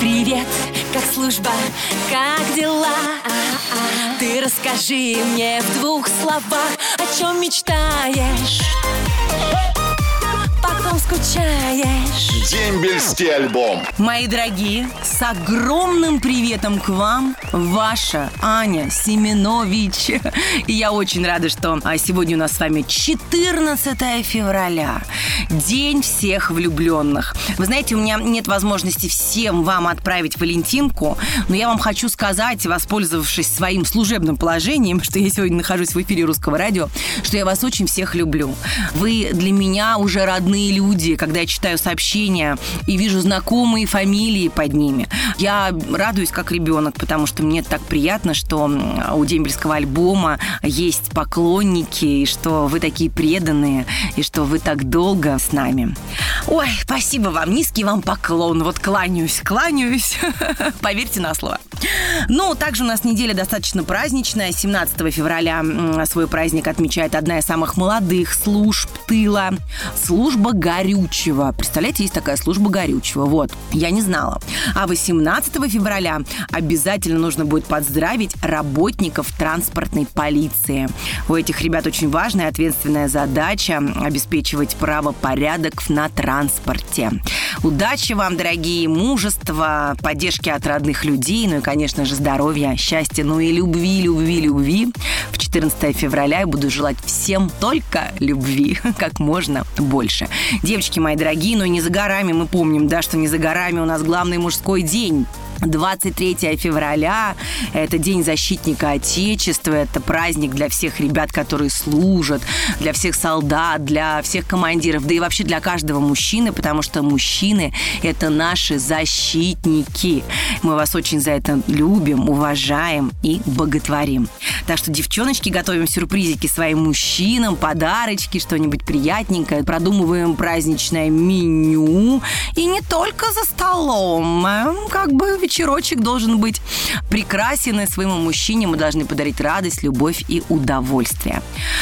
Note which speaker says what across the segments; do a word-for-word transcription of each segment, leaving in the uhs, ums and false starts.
Speaker 1: Привет, как служба, как дела? Ты расскажи мне в двух словах, о чем мечтаешь, потом скучаешь.
Speaker 2: Дембельский альбом.
Speaker 3: Мои дорогие, с огромным приветом к вам ваша Аня Семенович. И я очень рада, что сегодня у нас с вами четырнадцатое февраля, День всех влюбленных. Вы знаете, у меня нет возможности всем вам отправить валентинку, но я вам хочу сказать, воспользовавшись своим служебным положением, что я сегодня нахожусь в эфире Русского радио, что я вас очень всех люблю. Вы для меня уже родные люди, когда я читаю сообщения и вижу знакомые фамилии под ними. Я радуюсь как ребенок, потому что мне так приятно, что у дембельского альбома есть поклонники, и что вы такие преданные, и что вы так долго с нами. Ой, спасибо вам, низкий вам поклон. Вот кланяюсь, кланяюсь. Поверьте на слово. Ну, также у нас неделя достаточно праздничная. семнадцатого февраля свой праздник отмечает одна из самых молодых служб тыла. Служба горючего. Представляете, есть такая служба горючего. Вот, я не знала. А восемнадцатого февраля обязательно нужно будет поздравить работников транспортной полиции. У этих ребят очень важная и ответственная задача обеспечивать правопорядок на транспорте. Удачи вам, дорогие, мужества, поддержки от родных людей, ну и, конечно же, здоровья, счастья, ну и любви, любви, любви. В четырнадцатое февраля я буду желать всем только любви, как можно больше. Девочки мои дорогие, ну и не за горами, мы помним, да, что не за горами у нас главный мужской день. двадцать третьего февраля – это День защитника Отечества, это праздник для всех ребят, которые служат, для всех солдат, для всех командиров, да и вообще для каждого мужчины, потому что мужчины – это наши защитники. Мы вас очень за это любим, уважаем и боготворим. Так что, девчоночки, готовим сюрпризики своим мужчинам, подарочки, что-нибудь приятненькое, продумываем праздничное меню. И не только за столом, как бы вечерочек должен быть прекрасен, и своему мужчине мы должны подарить радость, любовь и удовольствие.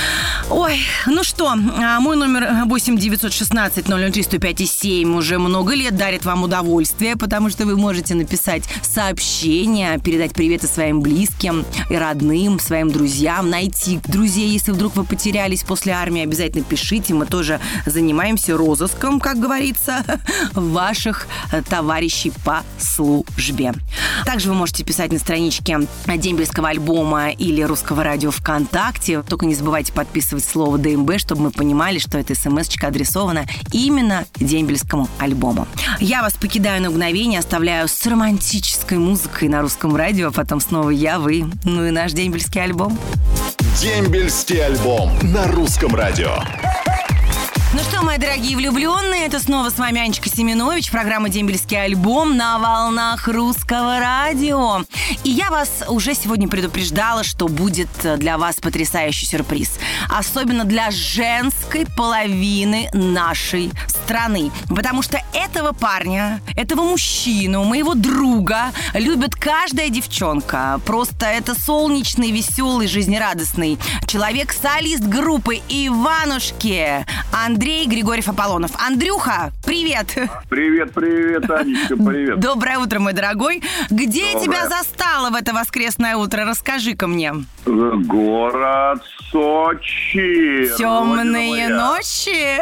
Speaker 3: Ой, ну что, мой номер восемь девятьсот шестнадцать ноль ноль три сто пять семь уже много лет дарит вам удовольствие, потому что вы можете написать сообщения, передать приветы своим близким и родным, своим друзьям, найти друзей, если вдруг вы потерялись после армии, обязательно пишите, мы тоже занимаемся розыском, как говорится, ваших товарищей по службе. Также вы можете писать на страничке дембельского альбома или Русского радио ВКонтакте. Только не забывайте подписывать слово ДМБ, чтобы мы понимали, что эта смс-очка адресована именно дембельскому альбому. Я вас покидаю на мгновение, оставляю с романтической музыкой на Русском радио, а потом снова я, вы, ну и наш дембельский альбом.
Speaker 2: Дембельский альбом на Русском радио.
Speaker 3: Ну что, мои дорогие влюбленные, это снова с вами Анечка Семенович, программа «Дембельский альбом» на волнах Русского радио. И я вас уже сегодня предупреждала, что будет для вас потрясающий сюрприз. Особенно для женской половины нашей страны. Потому что этого парня, этого мужчину, моего друга любит каждая девчонка. Просто это солнечный, веселый, жизнерадостный человек, солист группы «Иванушки» Андрей Григорьев Аполлонов. Андрюха, привет!
Speaker 4: Привет, привет, Анечка, привет.
Speaker 3: Доброе утро, мой дорогой. Где
Speaker 4: Доброе.
Speaker 3: тебя застало в это воскресное утро? Расскажи-ка мне.
Speaker 4: Город Сочи.
Speaker 3: Темные ночи?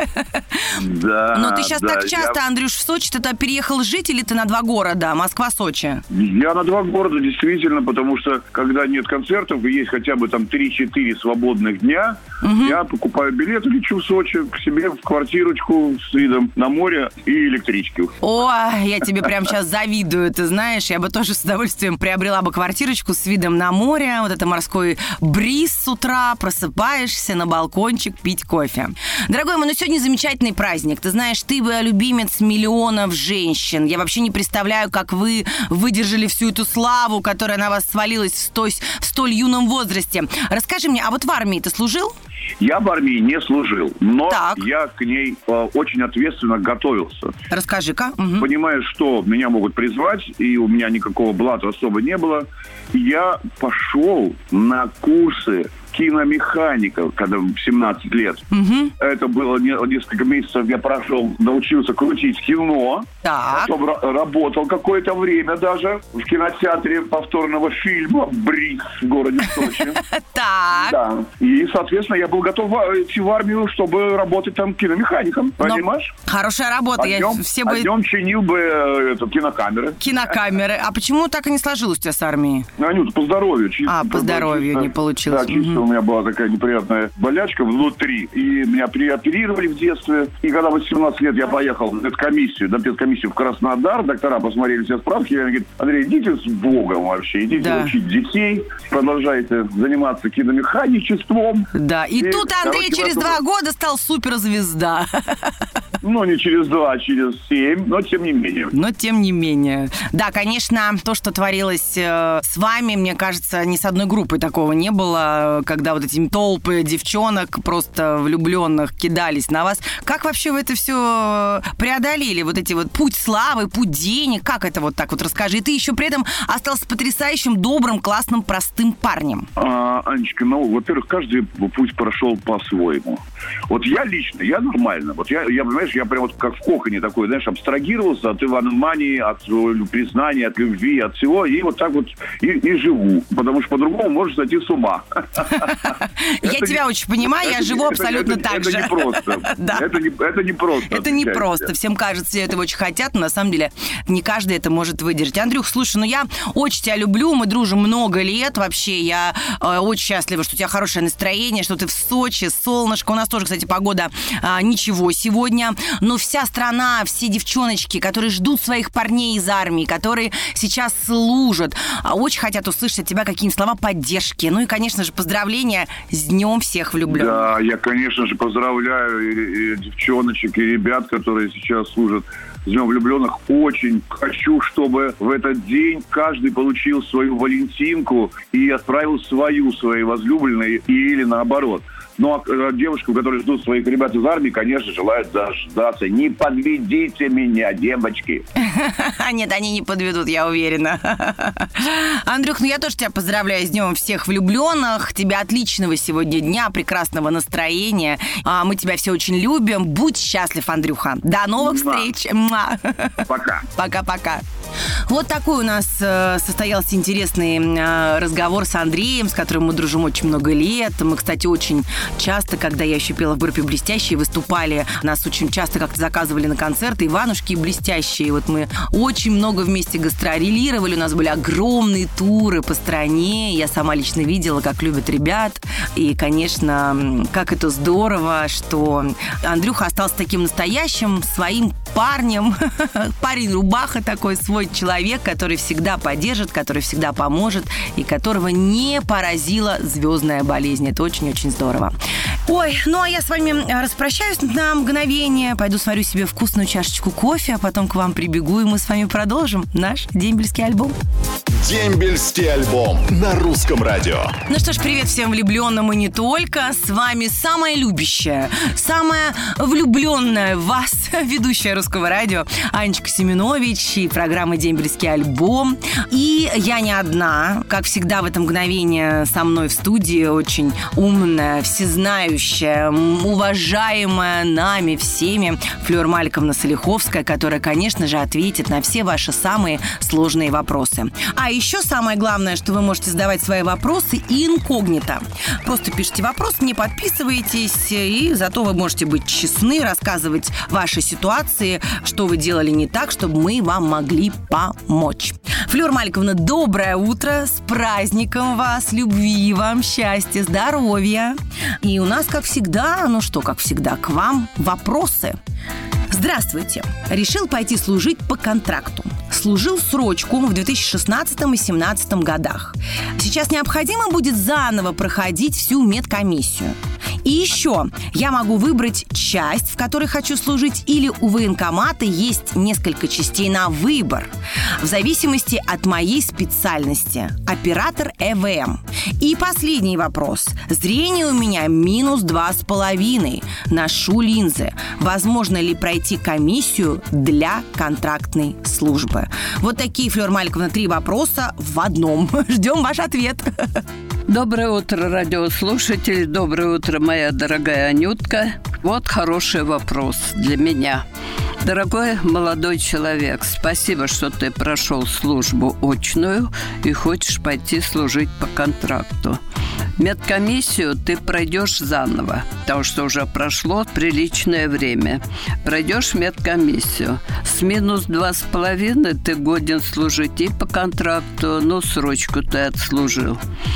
Speaker 4: Да.
Speaker 3: Но ты сейчас
Speaker 4: да,
Speaker 3: так часто,
Speaker 4: я...
Speaker 3: Андрюш, в Сочи ты приехал жить или ты на два города? Москва-Сочи?
Speaker 4: Я на два города, действительно, потому что когда нет концертов и есть хотя бы там три-четыре свободных дня, угу. я покупаю билет и лечу в Сочи к себе в квартирочку с видом на море и электрички.
Speaker 3: О, я тебе прям сейчас завидую, ты знаешь, я бы тоже с удовольствием приобрела бы квартирочку с видом на море, вот это морской бриз с утра, просыпаешься на балкончик пить кофе. Дорогой мой, ну сегодня замечательный праздник. Ты знаешь, ты бы любимец миллионов женщин. Я вообще не представляю, как вы выдержали всю эту славу, которая на вас свалилась в столь, в столь юном возрасте. Расскажи мне, а вот в армии ты служил?
Speaker 4: Я в армии не служил, но
Speaker 3: так.
Speaker 4: я к ней э, очень ответственно готовился.
Speaker 3: Расскажи-ка. Угу.
Speaker 4: Понимая, что меня могут призвать, и у меня никакого блата особо не было, я пошел на курсы киномеханика, когда в семнадцать лет.
Speaker 3: Угу.
Speaker 4: Это было не, несколько месяцев, я прошел, научился крутить кино.
Speaker 3: Так.
Speaker 4: Потом ра- работал какое-то время даже в кинотеатре повторного фильма «Бриз» в городе Сочи.
Speaker 3: Так.
Speaker 4: Да. И, соответственно, я был готов идти в армию, чтобы работать там киномехаником. Понимаешь?
Speaker 3: Хорошая работа.
Speaker 4: А
Speaker 3: Я
Speaker 4: днем,
Speaker 3: все
Speaker 4: а
Speaker 3: бы...
Speaker 4: днем чинил бы э, это, кинокамеры.
Speaker 3: Кинокамеры. А почему так и не сложилось у тебя с армией?
Speaker 4: Анют, по здоровью. Чисто,
Speaker 3: А, по здоровью
Speaker 4: чисто,
Speaker 3: не получилось.
Speaker 4: Да, чисто
Speaker 3: Угу.
Speaker 4: у меня была такая неприятная болячка внутри. И меня переоперировали в детстве. И когда в восемнадцать лет я поехал в медкомиссию, на медкомиссию в Краснодар, доктора посмотрели все справки, и они говорят: Андрей, идите с Богом вообще, идите
Speaker 3: Да.
Speaker 4: учить детей, продолжайте заниматься киномеханичеством.
Speaker 3: Да, и,
Speaker 4: И,
Speaker 3: тут Андрей
Speaker 4: короче,
Speaker 3: через
Speaker 4: в этом-
Speaker 3: два года стал суперзвезда.
Speaker 4: Ну, не через два, а через семь, но тем не менее.
Speaker 3: Но тем не менее. Да, конечно, то, что творилось э, с вами, мне кажется, ни с одной группой такого не было, когда вот эти толпы девчонок просто влюбленных кидались на вас. Как вообще вы это все преодолели? Вот эти вот путь славы, путь денег, как это вот так вот? Расскажи. И ты еще при этом остался потрясающим, добрым, классным, простым парнем.
Speaker 4: А, Анечка, ну, во-первых, каждый путь прошел по-своему. Вот я лично, я нормально. Вот я, я понимаешь, я прям вот как в коконе такой, знаешь, абстрагировался от Иваномании, от признания, от любви, от всего, и вот так вот и, и живу. Потому что по-другому можешь сойти с ума.
Speaker 3: Я тебя очень понимаю, я живу абсолютно так же.
Speaker 4: Это не просто. Это не просто.
Speaker 3: Это не просто. Всем кажется, все этого очень хотят, но на самом деле не каждый это может выдержать. Андрюх, слушай, ну я очень тебя люблю, мы дружим много лет вообще. Я э, очень счастлива, что у тебя хорошее настроение, что ты в Сочи, солнышко. У нас тоже, кстати, погода э, ничего сегодня. Но вся страна, все девчоночки, которые ждут своих парней из армии, которые сейчас служат, очень хотят услышать от тебя какие-нибудь слова поддержки. Ну и, конечно же, поздравления с Днем всех влюбленных.
Speaker 4: Да, я, конечно же, поздравляю и, и девчоночек, и ребят, которые сейчас служат с Днем влюбленных. Очень хочу, чтобы в этот день каждый получил свою Валентинку и отправил свою своей возлюбленной, или наоборот. Ну, а девушкам, которые ждут своих ребят из армии, конечно, желают дождаться. Не подведите меня, девочки.
Speaker 3: Нет, они не подведут, я уверена. Андрюх, ну я тоже тебя поздравляю с Днем всех влюбленных. Тебе отличного сегодня дня, прекрасного настроения. Мы тебя все очень любим. Будь счастлив, Андрюха. До новых встреч.
Speaker 4: Пока.
Speaker 3: Пока-пока. Вот такой у нас э, состоялся интересный э, разговор с Андреем, с которым мы дружим очень много лет. Мы, кстати, очень часто, когда я еще пела в группе «Блестящие», выступали, нас очень часто как-то заказывали на концерты «Иванушки» и «Блестящие». Вот мы очень много вместе гастролировали, у нас были огромные туры по стране. Я сама лично видела, как любят ребят. И, конечно, как это здорово, что Андрюха остался таким настоящим, своим парнем. Парень-рубаха такой, свой человек, который всегда поддержит, который всегда поможет и которого не поразила звездная болезнь. Это очень-очень здорово. Ой, ну а я с вами распрощаюсь на мгновение. Пойду сварю себе вкусную чашечку кофе, а потом к вам прибегу, и мы с вами продолжим наш дембельский альбом.
Speaker 2: Дембельский альбом на русском радио.
Speaker 3: Ну что ж, привет всем влюбленным и не только. С вами самая любящая, самая влюбленная в вас ведущая русского радио Анечка Семенович и программа «Дембельский альбом». И я не одна. Как всегда в это мгновение со мной в студии очень умная, всезнающая, уважаемая нами всеми Флёр Мальковна Салиховская, которая, конечно же, ответит на все ваши самые сложные вопросы. А еще самое главное, что вы можете задавать свои вопросы инкогнито. Просто пишите вопрос, не подписывайтесь, и зато вы можете быть честны, рассказывать ваши ситуации, что вы делали не так, чтобы мы вам могли помочь. Флёр Мальковна, доброе утро, с праздником вас, любви вам, счастья, здоровья. И у нас, как всегда, ну что, как всегда, к вам вопросы. Здравствуйте. Решил пойти служить по контракту. Служил срочку в две тысячи шестнадцатом и две тысячи семнадцатом годах. Сейчас необходимо будет заново проходить всю медкомиссию. И еще я могу выбрать часть, в которой хочу служить, или у военкомата есть несколько частей на выбор, в зависимости от моей специальности. Оператор э вэ эм. И последний вопрос. Зрение у меня минус два с половиной. Ношу линзы. Возможно ли пройти комиссию для контрактной службы? Вот такие, Флёр Мальковна, три вопроса в одном. Ждем ваш ответ.
Speaker 5: Доброе утро, радиослушатели. Доброе утро, моя дорогая Анютка. Вот хороший вопрос для меня. Дорогой молодой человек, спасибо, что ты прошел службу очную и хочешь пойти служить по контракту. Медкомиссию ты пройдешь заново, потому что уже прошло приличное время. Пройдешь медкомиссию. С минус два с половиной ты годен служить и по контракту, но срочку ты отслужил.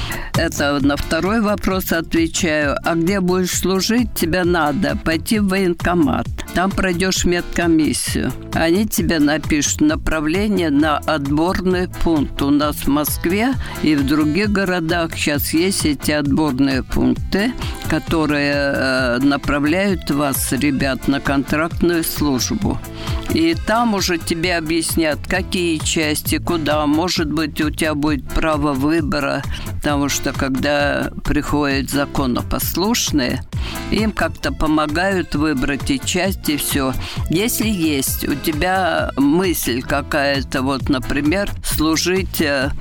Speaker 5: Это на второй вопрос отвечаю. А где будешь служить, тебе надо пойти в военкомат. Там пройдешь медкомиссию. Они тебе напишут направление на отборный пункт. У нас в Москве и в других городах сейчас есть эти отборные пункты, которые э, направляют вас, ребят, на контрактную службу. И там уже тебе объяснят, какие части, куда. Может быть, у тебя будет право выбора, потому что когда приходят законопослушные, им как-то помогают выбрать и части, и все. Если есть у тебя мысль какая-то, вот, например, служить,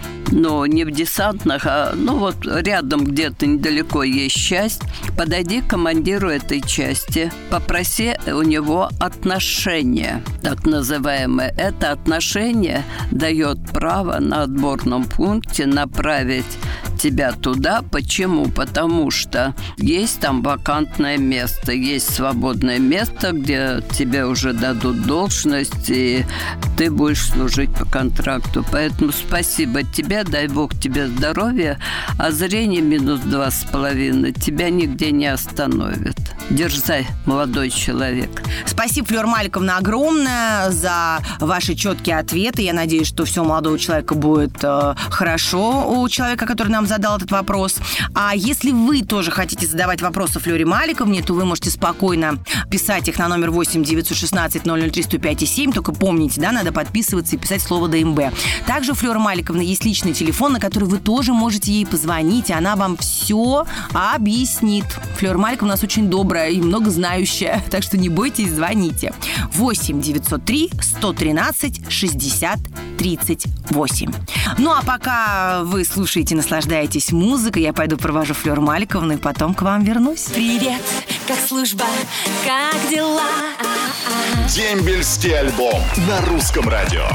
Speaker 5: ну, не в десантных, а, ну, вот рядом где-то недалеко есть часть, подойди к командиру этой части, попроси у него отношения, так называемое. Это отношение дает право на отборном пункте направить тебя туда. Почему? Потому что есть там вакантное место, есть свободное место, где тебе уже дадут должность, и ты будешь служить по контракту. Поэтому спасибо тебе, дай Бог тебе здоровья, а зрение минус два с половиной тебя нигде не остановит. Дерзай, молодой человек.
Speaker 3: Спасибо, Флёр Маликовна, огромное за ваши четкие ответы. Я надеюсь, что все у молодого человека будет э, хорошо, у человека, который нам задал этот вопрос. А если вы тоже хотите задавать вопросы Флёре Маликовне, то вы можете спокойно писать их на номер восемь девятьсот шестнадцать ноль ноль три сто пять семь. Только помните, да, надо подписываться и писать слово ДМБ. Также у Флёры Маликовны есть личный телефон, на который вы тоже можете ей позвонить, и она вам все объяснит. Флёра Маликовна у нас очень добрая и много знающая, так что не бойтесь, звоните. восемь девятьсот три сто тринадцать шестьдесят тридцать восемь. Ну, а пока вы слушаете, наслаждаетесь музыкой, я пойду провожу Флёру Маликовну и потом к вам вернусь.
Speaker 1: Привет, как служба, как дела?
Speaker 2: Дембельский альбом на русском радио.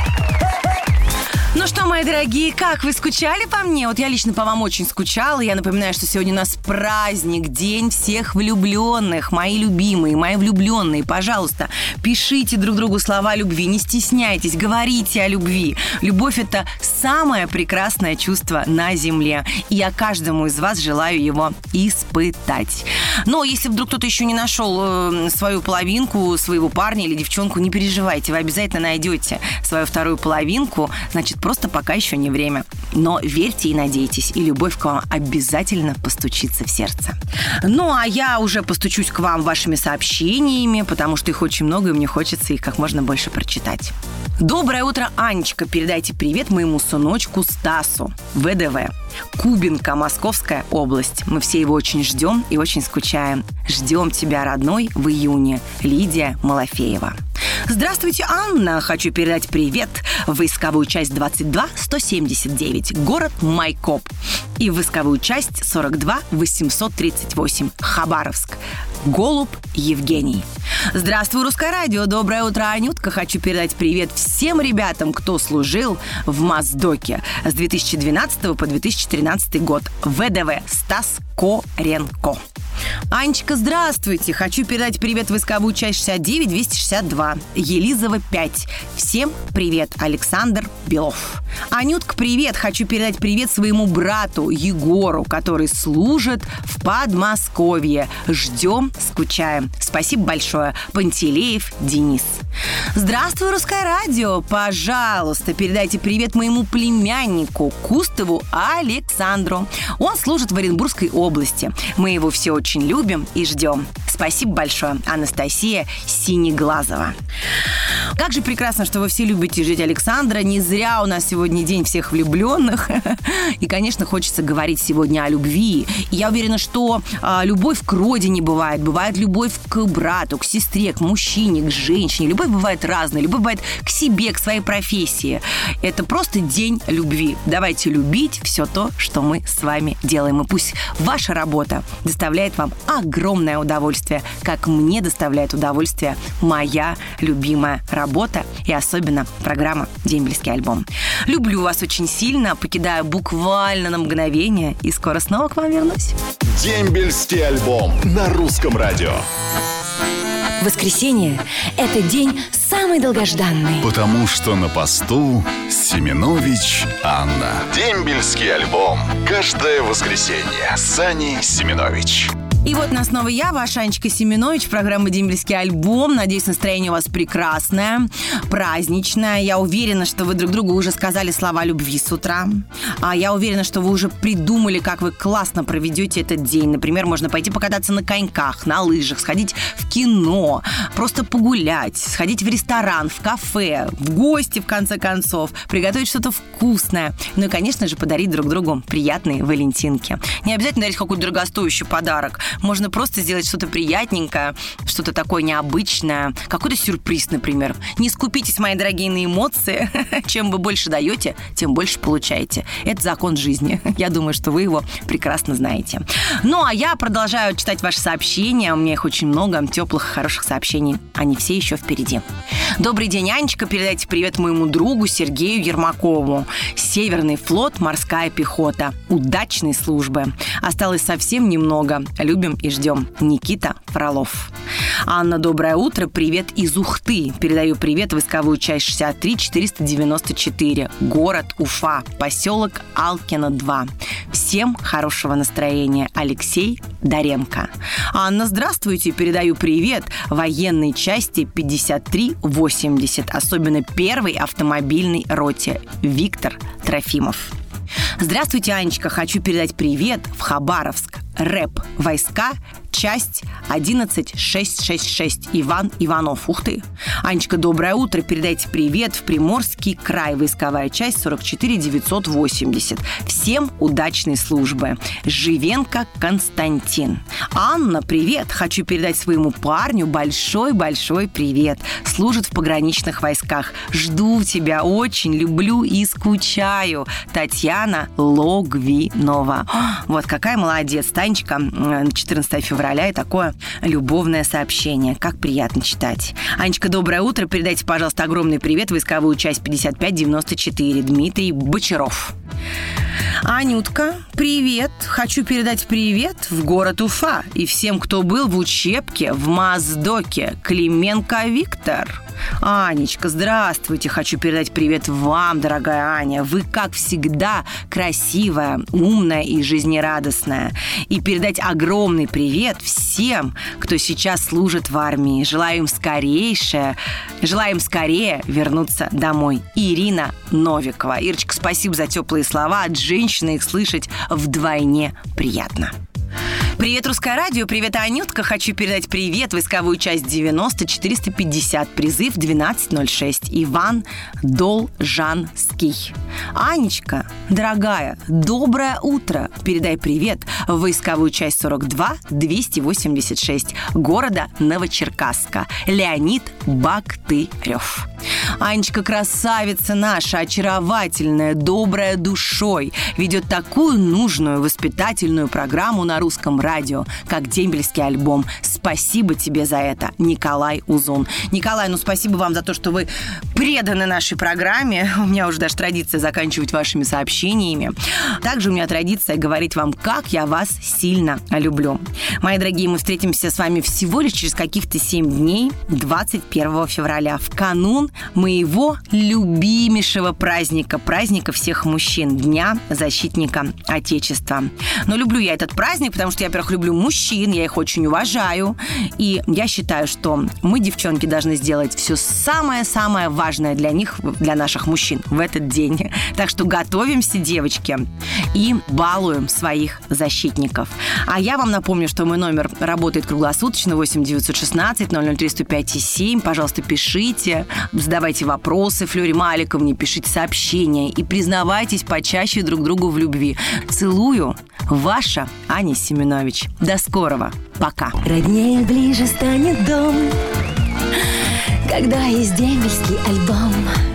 Speaker 3: Ну что, мои дорогие, как вы скучали по мне? Вот я лично по вам очень скучала. Я напоминаю, что сегодня у нас праздник, день всех влюбленных. Мои любимые, мои влюбленные, пожалуйста, пишите друг другу слова любви, не стесняйтесь, говорите о любви. Любовь – это самое прекрасное чувство на земле. И я каждому из вас желаю его испытать. Но если вдруг кто-то еще не нашел свою половинку, своего парня или девчонку, не переживайте, вы обязательно найдете свою вторую половинку. Значит, просто пока еще не время. Но верьте и надейтесь, и любовь к вам обязательно постучится в сердце. Ну, а я уже постучусь к вам вашими сообщениями, потому что их очень много, и мне хочется их как можно больше прочитать. Доброе утро, Анечка. Передайте привет моему сыночку Стасу. ВДВ. Кубинка, Московская область. Мы все его очень ждем и очень скучаем. Ждем тебя, родной, в июне. Лидия Малафеева. Здравствуйте, Анна. Хочу передать привет в войсковую часть двадцать два сто семьдесят девять, город Майкоп. И в войсковую часть сорок два восемьсот тридцать восемь, Хабаровск. Голуб Евгений. Здравствуй, Русское радио. Доброе утро, Анютка. Хочу передать привет всем ребятам, кто служил в Моздоке с две тысячи двенадцатого по две тысячи тринадцатый год. ВДВ Стас Коренко. Анечка, здравствуйте. Хочу передать привет в войсковую часть шестьдесят девять двести шестьдесят два, Елизово пять. Всем привет, Александр Белов. Анютка, привет. Хочу передать привет своему брату Егору, который служит в Подмосковье. Ждем, скучаем. Спасибо большое. Пантелеев Денис. Здравствуй, Русское радио. Пожалуйста, передайте привет моему племяннику Кустову Александру. Он служит в Оренбургской области. Мы его все очень любим и ждем. Спасибо большое, Анастасия Синеглазова. Как же прекрасно, что вы все любите жить Александра. Не зря у нас сегодня день всех влюбленных. И, конечно, хочется говорить сегодня о любви. И я уверена, что а, любовь к родине бывает. Бывает любовь к брату, к сестре, к мужчине, к женщине. Любовь любовь бывает разная, любовь бывает к себе, к своей профессии. Это просто день любви. Давайте любить все то, что мы с вами делаем. И пусть ваша работа доставляет вам огромное удовольствие, как мне доставляет удовольствие моя любимая работа и особенно программа «Дембельский альбом». Люблю вас очень сильно, покидаю буквально на мгновение и скоро снова к вам вернусь.
Speaker 2: Дембельский альбом на русском радио.
Speaker 1: Воскресенье – это день самый долгожданный.
Speaker 2: Потому что на посту Семенович Анна. Дембельский альбом. Каждое воскресенье с Аней Семенович.
Speaker 3: И вот нас снова я, ваша Анечка Семенович, программа «Дембельский альбом». Надеюсь, настроение у вас прекрасное, праздничное. Я уверена, что вы друг другу уже сказали слова любви с утра. А я уверена, что вы уже придумали, как вы классно проведете этот день. Например, можно пойти покататься на коньках, на лыжах, сходить в кино, просто погулять, сходить в ресторан, в кафе, в гости, в конце концов, приготовить что-то вкусное. Ну и, конечно же, подарить друг другу приятные валентинки. Не обязательно дарить какой-то дорогостоящий подарок. Можно просто сделать что-то приятненькое, что-то такое необычное, какой-то сюрприз, например. Не скупитесь, мои дорогие, на эмоции. Чем вы больше даете, тем больше получаете. Это закон жизни. Я думаю, что вы его прекрасно знаете. Ну, а я продолжаю читать ваши сообщения. У меня их очень много, теплых, хороших сообщений. Они все еще впереди. Добрый день, Анечка. Передайте привет моему другу Сергею Ермакову. Северный флот, морская пехота. Удачной службы. Осталось совсем немного. Любим и ждем. Никита Фролов. Анна, доброе утро. Привет из Ухты. Передаю привет в войсковую часть шестьдесят три четыреста девяносто четыре. Город Уфа. Поселок Алкино два. Всем хорошего настроения. Алексей Даренко. Анна, здравствуйте. Передаю привет военной части пятьдесят три восемьдесят. Особенно первой автомобильной роте. Виктор Трофимов. Здравствуйте, Анечка. Хочу передать привет в Хабаровск. рэп войска, часть одиннадцать шестьсот шестьдесят шесть. Иван Иванов. Ух ты. Анечка, доброе утро. Передайте привет в Приморский край. Войсковая часть сорок четыре девятьсот восемьдесят. Всем удачной службы. Живенко Константин. Анна, привет. Хочу передать своему парню большой-большой привет. Служит в пограничных войсках. Жду тебя, очень люблю и скучаю. Татьяна Логвинова. Вот какая молодец, Танечка. четырнадцатое февраля и такое любовное сообщение. Как приятно читать. Анечка, доброе утро. Передайте, пожалуйста, огромный привет в войсковую часть пятьдесят пять девяносто четыре. Дмитрий Бочаров. Анютка, привет. Хочу передать привет в город Уфа и всем, кто был в учебке в Моздоке. Клименко Виктор. Анечка, здравствуйте. Хочу передать привет вам, дорогая Аня. Вы, как всегда, красивая, умная и жизнерадостная. И передать огромный привет всем, кто сейчас служит в армии. Желаю им скорейшее, желаем скорее вернуться домой. Ирина Новикова. Ирочка, спасибо за теплые слова. От женщины их слышать вдвойне приятно. Привет, Русское радио, привет, Анютка. Хочу передать привет в войсковую часть девяносто четыреста пятьдесят, призыв двенадцать ноль шесть. Иван Должанский. Анечка, дорогая, доброе утро. Передай привет в войсковую часть сорок два двести восемьдесят шесть города Новочеркасска. Леонид Бактырев. Анечка, красавица наша, очаровательная, добрая душой, ведет такую нужную воспитательную программу на русском радио, как «Дембельский альбом». Спасибо тебе за это, Николай Узун. Николай, ну спасибо вам за то, что вы преданы нашей программе. У меня уже даже традиция заканчивать вашими сообщениями. Также у меня традиция говорить вам, как я вас сильно люблю. Мои дорогие, мы встретимся с вами всего лишь через каких-то семь дней, двадцать первого февраля, в канун моего любимейшего праздника, праздника всех мужчин, Дня защитника Отечества. Но люблю я этот праздник, потому что я, во-первых, люблю мужчин, я их очень уважаю, и я считаю, что мы, девчонки, должны сделать все самое-самое важное для них, для наших мужчин в этот день. Так что готовимся, девочки, и балуем своих защитников. А я вам напомню, что мой номер работает круглосуточно, восемь девятьсот шестнадцать ноль ноль три сто пять семь. Пожалуйста, пишите, задавайте вопросы Флёре Маликовне, пишите сообщения и признавайтесь почаще друг другу в любви. Целую. Ваша Аня Семенович. До скорого. Пока.
Speaker 1: Роднее ближе станет дом, когда есть дембельский альбом.